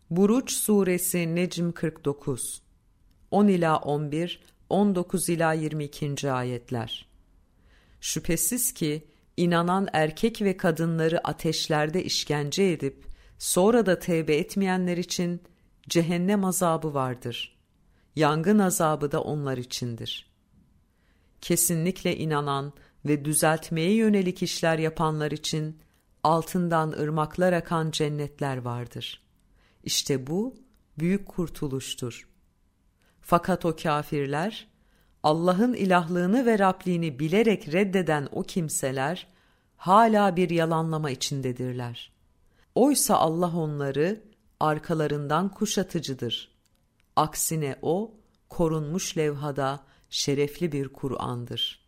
Buruç Suresi Necm 49 10 ila 11, 19 ila 22. ayetler. Şüphesiz ki inanan erkek ve kadınları ateşlerde işkence edip sonra da tevbe etmeyenler için cehennem azabı vardır. Yangın azabı da onlar içindir. Kesinlikle inanan ve düzeltmeye yönelik işler yapanlar için altından ırmaklar akan cennetler vardır. İşte bu büyük kurtuluştur. Fakat o kâfirler, Allah'ın ilahlığını ve Rabliğini bilerek reddeden o kimseler, hala bir yalanlama içindedirler. Oysa Allah onları arkalarından kuşatıcıdır. Aksine o, korunmuş levhada şerefli bir Kur'an'dır.